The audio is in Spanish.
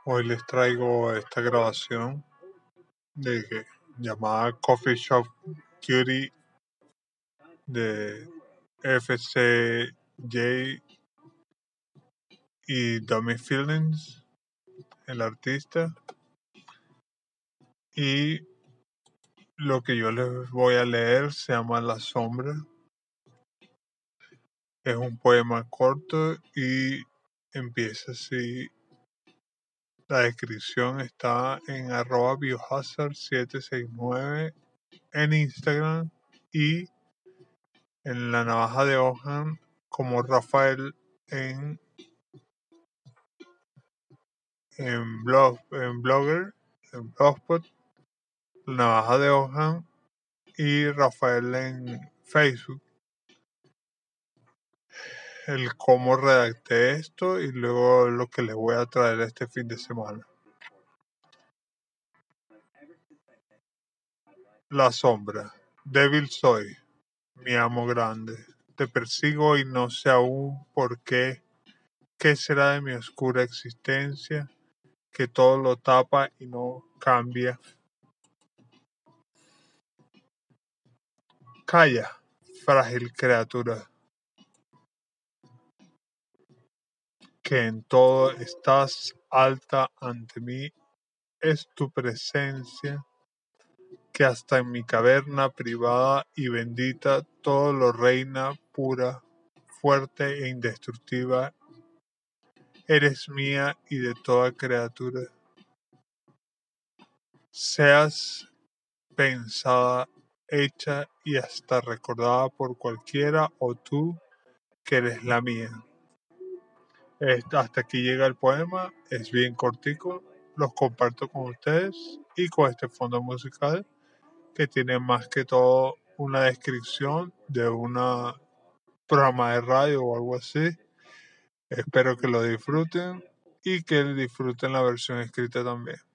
Hoy les traigo esta grabación llamada Coffee Shop Cutie de FCJ y Dummy Feelings, el artista. Y lo que yo les voy a leer se llama La Sombra. Es un poema corto y empieza así. La descripción está en @biohazard769 en Instagram y en La Navaja de Ojan como Rafael en Blogger, en Blogspot, La Navaja de Ojan y Rafael en Facebook. El cómo redacté esto y luego lo que les voy a traer este fin de semana. La sombra. Débil soy, mi amo grande. Te persigo y no sé aún por qué. ¿Qué será de mi oscura existencia? Que todo lo tapa y no cambia. Calla, frágil criatura, que en todo estás alta ante mí. Es tu presencia que hasta en mi caverna privada y bendita todo lo reina, pura, fuerte e indestructiva. Eres mía y de toda criatura. Seas pensada, hecha y hasta recordada por cualquiera, o tú que eres la mía. Hasta aquí llega el poema, es bien cortico, los comparto con ustedes y con este fondo musical que tiene más que todo una descripción de un programa de radio o algo así. Espero que lo disfruten y que disfruten la versión escrita también.